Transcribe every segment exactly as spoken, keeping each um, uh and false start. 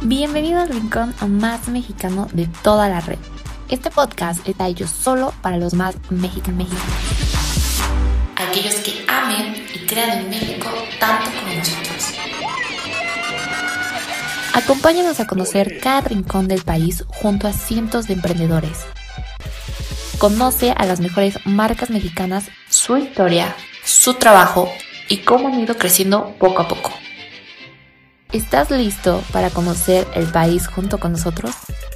Bienvenido al rincón más mexicano de toda la red. Este podcast está hecho solo para los más mexicanos mexicanos. Aquellos que amen y crean en México tanto como nosotros. Acompáñanos a conocer cada rincón del país junto a cientos de emprendedores. Conoce a las mejores marcas mexicanas, su historia, su trabajo y cómo han ido creciendo poco a poco. ¿Estás listo para conocer el país junto con nosotros?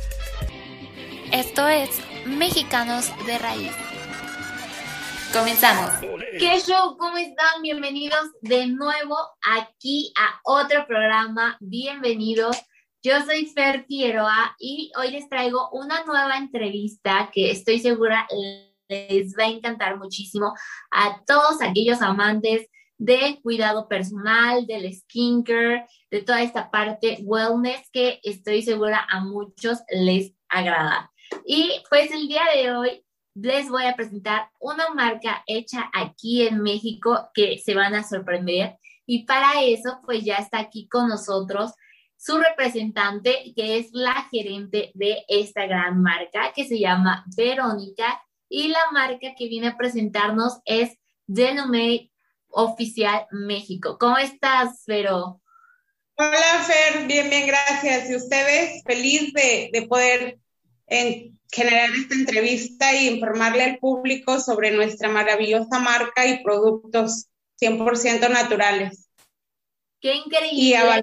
Esto es Mexicanos de Raíz. Comenzamos. ¿Qué show? ¿Cómo están? Bienvenidos de nuevo aquí a otro programa. Bienvenidos. Yo soy Fer Figueroa y hoy les traigo una nueva entrevista que estoy segura les va a encantar muchísimo a todos aquellos amantes de cuidado personal, del skincare, de toda esta parte wellness que estoy segura a muchos les agrada. Y pues el día de hoy les voy a presentar una marca hecha aquí en México que se van a sorprender. Y para eso pues ya está aquí con nosotros su representante, que es la gerente de esta gran marca que se llama Verónica, y la marca que viene a presentarnos es Denome Oficial México. ¿Cómo estás, Vero? Hola, Fer, bien, bien, gracias. Y ustedes, feliz de, de poder en, generar esta entrevista y informarle al público sobre nuestra maravillosa marca y productos cien por ciento naturales. ¡Qué increíble! Y a...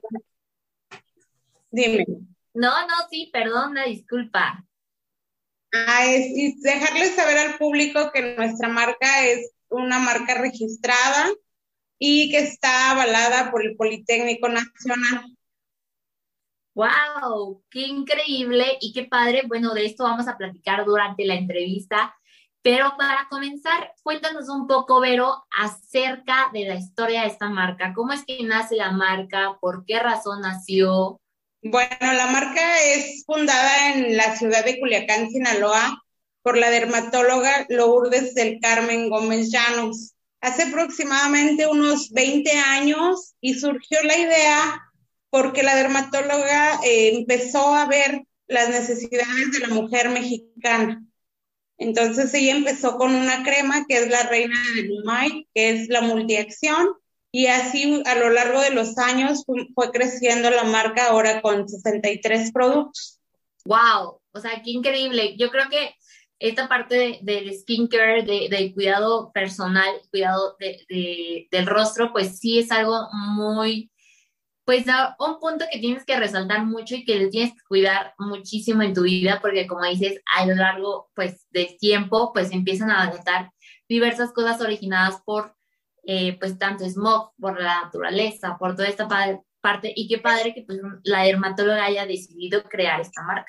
Dime. No, no, sí, perdona, disculpa. Ah, es, y dejarles saber al público que nuestra marca es una marca registrada y que está avalada por el Politécnico Nacional. ¡Wow! ¡Qué increíble y qué padre! Bueno, de esto vamos a platicar durante la entrevista, pero para comenzar, cuéntanos un poco, Vero, acerca de la historia de esta marca. ¿Cómo es que nace la marca? ¿Por qué razón nació? Bueno, la marca es fundada en la ciudad de Culiacán, Sinaloa, por la dermatóloga Lourdes del Carmen Gómez Llanos. Hace aproximadamente unos veinte años y surgió la idea porque la dermatóloga eh, empezó a ver las necesidades de la mujer mexicana. Entonces ella empezó con una crema que es la reina del Lumay, que es la multiacción, y así a lo largo de los años fue, fue creciendo la marca ahora con sesenta y tres productos. ¡Wow! O sea, qué increíble. Yo creo que esta parte de, del skincare, de, de cuidado personal, cuidado de, de, del rostro, pues sí es algo muy, pues a un punto que tienes que resaltar mucho y que le tienes que cuidar muchísimo en tu vida, porque como dices, a lo largo pues del tiempo, pues empiezan a notar diversas cosas originadas por, eh, pues tanto smog, por la naturaleza, por toda esta pa- parte, y qué padre que pues la dermatóloga haya decidido crear esta marca.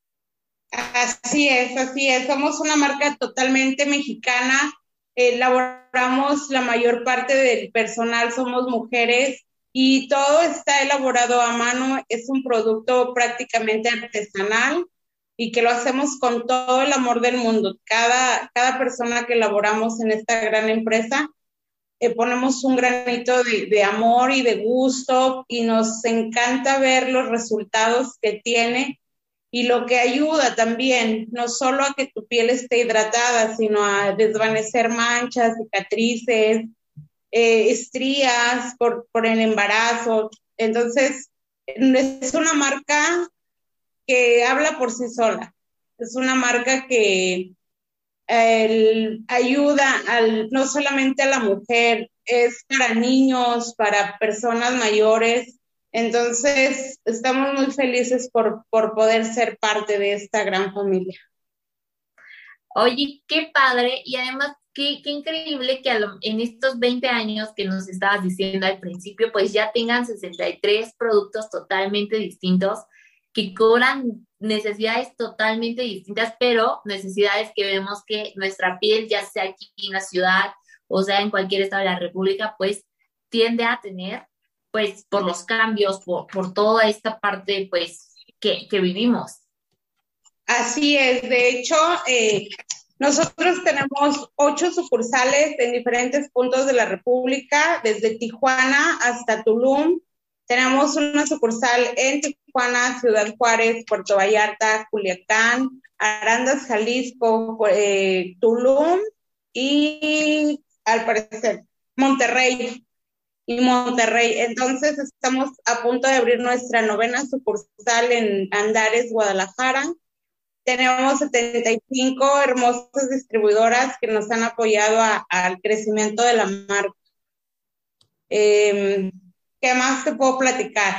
Así es, así es. Somos una marca totalmente mexicana. Elaboramos la mayor parte del personal, somos mujeres y todo está elaborado a mano. Es un producto prácticamente artesanal y que lo hacemos con todo el amor del mundo. Cada, cada persona que elaboramos en esta gran empresa eh, ponemos un granito de, de amor y de gusto y nos encanta ver los resultados que tiene. Y lo que ayuda también, no solo a que tu piel esté hidratada, sino a desvanecer manchas, cicatrices, eh, estrías por, por el embarazo. Entonces, es una marca que habla por sí sola. Es una marca que eh, ayuda al, no solamente a la mujer, es para niños, para personas mayores. Entonces, estamos muy felices por, por poder ser parte de esta gran familia. Oye, qué padre, y además, qué, qué increíble que a lo, en estos veinte años que nos estabas diciendo al principio, pues ya tengan sesenta y tres productos totalmente distintos que cobran necesidades totalmente distintas, pero necesidades que vemos que nuestra piel, ya sea aquí en la ciudad o sea en cualquier estado de la República, pues tiende a tener, pues por los cambios, por, por toda esta parte pues que, que vivimos. Así es, de hecho, eh, nosotros tenemos ocho sucursales en diferentes puntos de la República, desde Tijuana hasta Tulum, Tenemos una sucursal en Tijuana, Ciudad Juárez, Puerto Vallarta, Culiacán, Arandas, Jalisco, eh, Tulum y, al parecer, Monterrey y Monterrey. Entonces, estamos a punto de abrir nuestra novena sucursal en Andares, Guadalajara. Tenemos setenta y cinco hermosas distribuidoras que nos han apoyado a, al crecimiento de la marca. Eh, ¿Qué más te puedo platicar?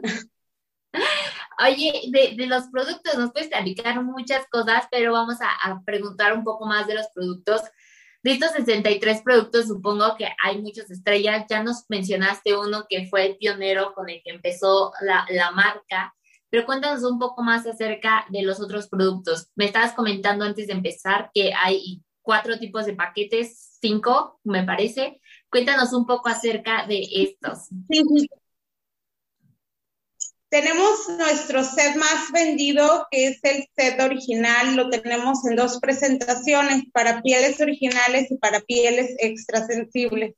Oye, de, de los productos nos puedes platicar muchas cosas, pero vamos a, a preguntar un poco más de los productos. De estos sesenta y tres productos, supongo que hay muchas estrellas. Ya nos mencionaste uno que fue el pionero con el que empezó la, la marca, pero cuéntanos un poco más acerca de los otros productos. Me estabas comentando antes de empezar que hay cuatro tipos de paquetes, cinco, me parece. Cuéntanos un poco acerca de estos. Sí, sí. Tenemos nuestro set más vendido, que es el set original. Lo tenemos en dos presentaciones, para pieles originales y para pieles extrasensibles.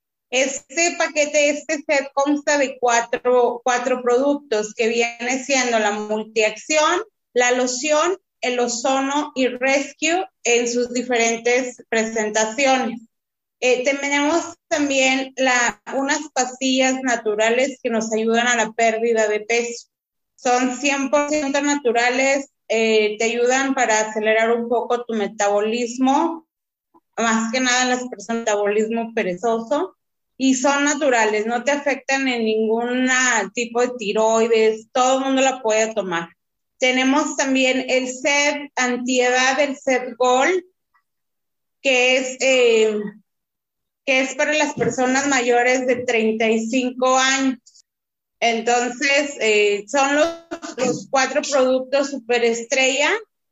Este paquete, este set consta de cuatro, cuatro productos, que viene siendo la multiacción, la loción, el ozono y rescue en sus diferentes presentaciones. Eh, tenemos también la, unas pastillas naturales que nos ayudan a la pérdida de peso. Son cien por ciento naturales, eh, te ayudan para acelerar un poco tu metabolismo, más que nada en las personas con metabolismo perezoso, y son naturales, no te afectan en ningún tipo de tiroides, todo el mundo la puede tomar. Tenemos también el set antiedad, el set Gold, que es... Eh, que es para las personas mayores de treinta y cinco años. Entonces, eh, son los, los cuatro productos superestrella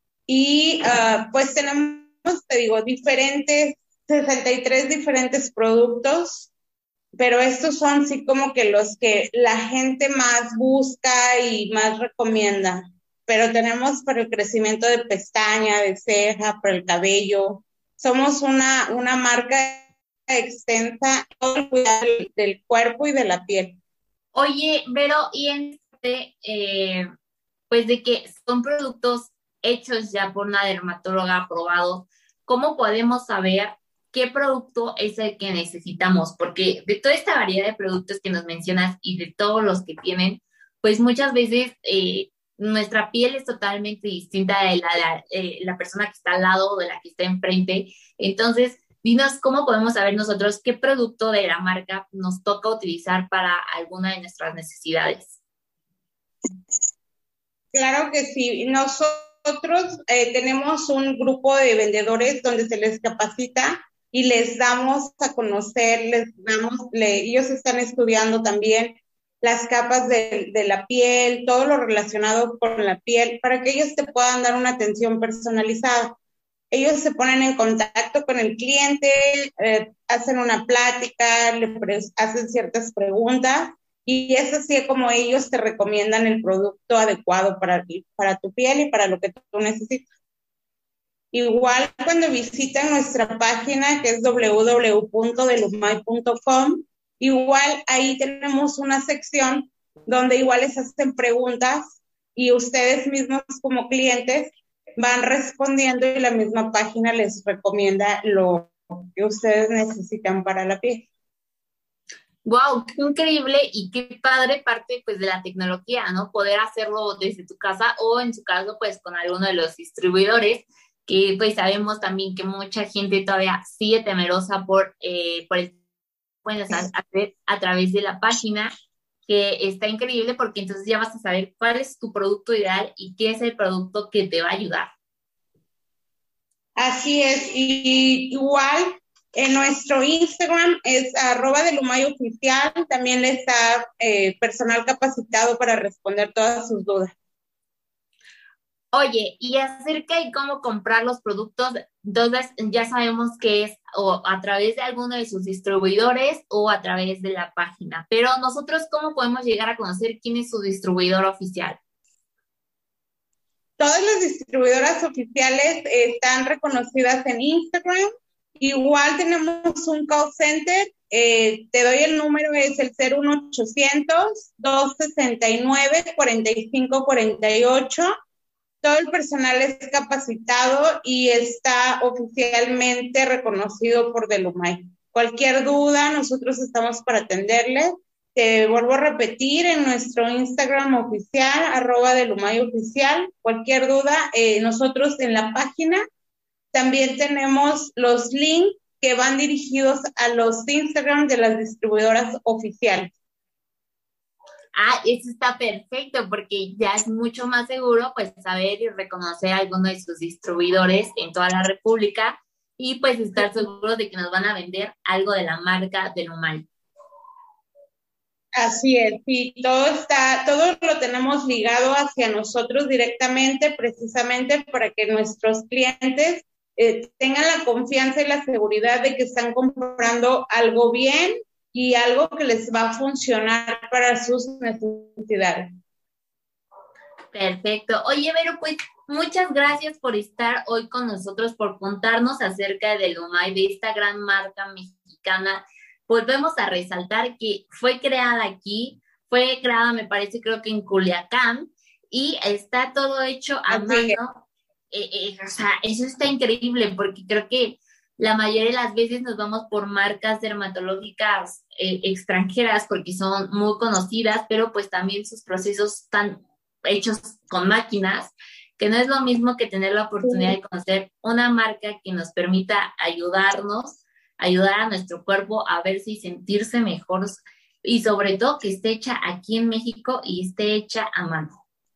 y uh, pues tenemos, te digo, diferentes, sesenta y tres diferentes productos, pero estos son sí como que los que la gente más busca y más recomienda. Pero tenemos para el crecimiento de pestaña, de ceja, para el cabello. Somos una, una marca extensa, todo el cuidado del, del cuerpo y de la piel. Oye, Vero, y en este, eh, pues de que son productos hechos ya por una dermatóloga aprobado, ¿cómo podemos saber qué producto es el que necesitamos? Porque de toda esta variedad de productos que nos mencionas y de todos los que tienen, pues muchas veces eh, nuestra piel es totalmente distinta de la, la, eh, la persona que está al lado o de la que está enfrente. Entonces, dinos cómo podemos saber nosotros qué producto de la marca nos toca utilizar para alguna de nuestras necesidades. Claro que sí. Nosotros eh, tenemos un grupo de vendedores donde se les capacita y les damos a conocer, les damos, le, ellos están estudiando también las capas de, de la piel, todo lo relacionado con la piel, para que ellos te puedan dar una atención personalizada. Ellos se ponen en contacto con el cliente, eh, hacen una plática, le hacen ciertas preguntas y es así como ellos te recomiendan el producto adecuado para, para tu piel y para lo que tú necesitas. Igual cuando visitan nuestra página, que es doble u doble u doble u punto delumay punto com, igual ahí tenemos una sección donde igual les hacen preguntas y ustedes mismos como clientes van respondiendo y la misma página les recomienda lo que ustedes necesitan para la piel. Wow, qué increíble y qué padre parte pues de la tecnología, ¿no? Poder hacerlo desde tu casa o en su caso pues con alguno de los distribuidores, que pues sabemos también que mucha gente todavía sigue temerosa por, eh, por el puedes hacer a través de la página, que está increíble porque entonces ya vas a saber cuál es tu producto ideal y qué es el producto que te va a ayudar. Así es, y igual en nuestro Instagram es arroba delumay oficial, también está eh, personal capacitado para responder todas sus dudas. Oye, y acerca de cómo comprar los productos, entonces ya sabemos que es o a través de alguno de sus distribuidores o a través de la página, pero nosotros ¿cómo podemos llegar a conocer quién es su distribuidor oficial? Todas las distribuidoras oficiales están reconocidas en Instagram Igual tenemos un call center, eh, te doy el número, es el cero uno ochocientos, dos sesenta y nueve, cuarenta y cinco cuarenta y ocho. Todo el personal es capacitado y está oficialmente reconocido por Delumay. Cualquier duda, nosotros estamos para atenderle. Te vuelvo a repetir, en nuestro Instagram oficial, arroba Delumay oficial. Cualquier duda, eh, nosotros en la página también tenemos los links que van dirigidos a los Instagram de las distribuidoras oficiales. Ah, eso está perfecto porque ya es mucho más seguro pues saber y reconocer a alguno de sus distribuidores en toda la República y pues estar seguros de que nos van a vender algo de la marca Delumay. Así es, sí, todo está, todo lo tenemos ligado hacia nosotros directamente, precisamente para que nuestros clientes eh, tengan la confianza y la seguridad de que están comprando algo bien y algo que les va a funcionar para sus necesidades. Perfecto. Oye, Vero, pues muchas gracias por estar hoy con nosotros, por contarnos acerca de Delumay, de esta gran marca mexicana. Volvemos a resaltar que fue creada aquí, fue creada, me parece, creo que en Culiacán, y está todo hecho a mano. Eh, eh, o sea, eso está increíble, porque creo que la mayoría de las veces nos vamos por marcas dermatológicas eh, extranjeras porque son muy conocidas, pero pues también sus procesos están hechos con máquinas, que no es lo mismo que tener la oportunidad de conocer una marca que nos permita ayudarnos, ayudar a nuestro cuerpo a verse y sentirse mejor, y sobre todo que esté hecha aquí en México y esté hecha a mano.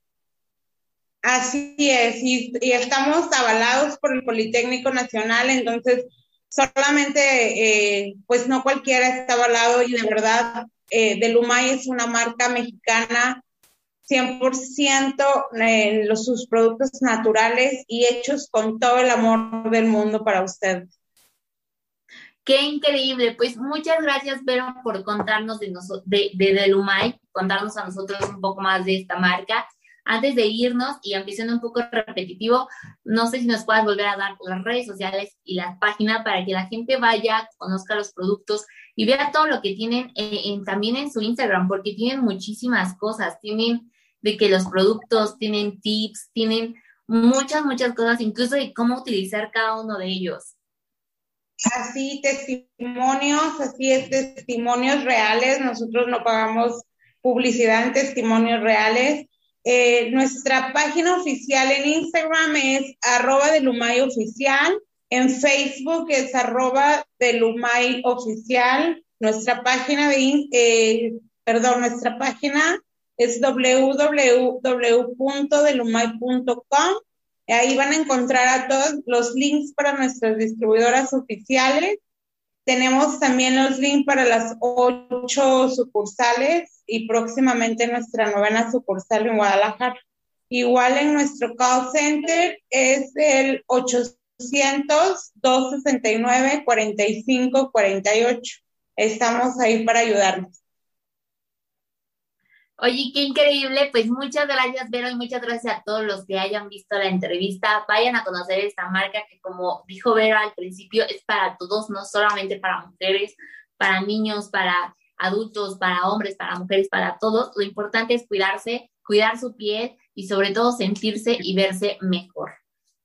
Así es, y, y estamos avalados por el Politécnico Nacional, entonces solamente, eh, pues no cualquiera está avalado y de verdad, eh, Delumay es una marca mexicana, cien por ciento eh, los, sus productos naturales y hechos con todo el amor del mundo para ustedes. Qué increíble, pues muchas gracias, Vero, por contarnos de, noso- de, de Delumay, contarnos a nosotros un poco más de esta marca. Antes de irnos, y aunque sea un poco repetitivo, no sé si nos puedas volver a dar las redes sociales y las páginas para que la gente vaya, conozca los productos y vea todo lo que tienen en, en, también en su Instagram, porque tienen muchísimas cosas, tienen de que los productos, tienen tips, tienen muchas, muchas cosas, incluso de cómo utilizar cada uno de ellos. Así, testimonios, así es, testimonios reales, nosotros no pagamos publicidad en testimonios reales. Eh, nuestra página oficial en Instagram es arroba Delumay oficial, en Facebook es arroba Delumay oficial, nuestra página de, eh, perdón, nuestra página es doble u doble u doble u punto delumay punto com. Ahí van a encontrar a todos los links para nuestras distribuidoras oficiales. Tenemos también los links para las ocho sucursales y próximamente nuestra novena sucursal en Guadalajara. Igual en nuestro call center es el ochocientos, dos sesenta y nueve, cuarenta y cinco cuarenta y ocho. Estamos ahí para ayudarnos. Oye, qué increíble, pues muchas gracias, Vero, y muchas gracias a todos los que hayan visto la entrevista. Vayan a conocer esta marca que, como dijo Vero al principio, es para todos, no solamente para mujeres, para niños, para adultos, para hombres, para mujeres, para todos. Lo importante es cuidarse, cuidar su piel y sobre todo sentirse y verse mejor.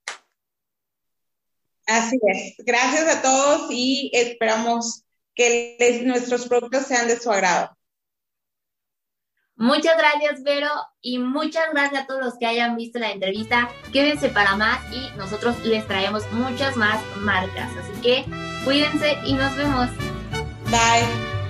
Así es. Gracias a todos y esperamos que les, nuestros productos sean de su agrado. Muchas gracias, Vero, y muchas gracias a todos los que hayan visto la entrevista. Quédense para más y nosotros les traemos muchas más marcas. Así que cuídense y nos vemos. Bye.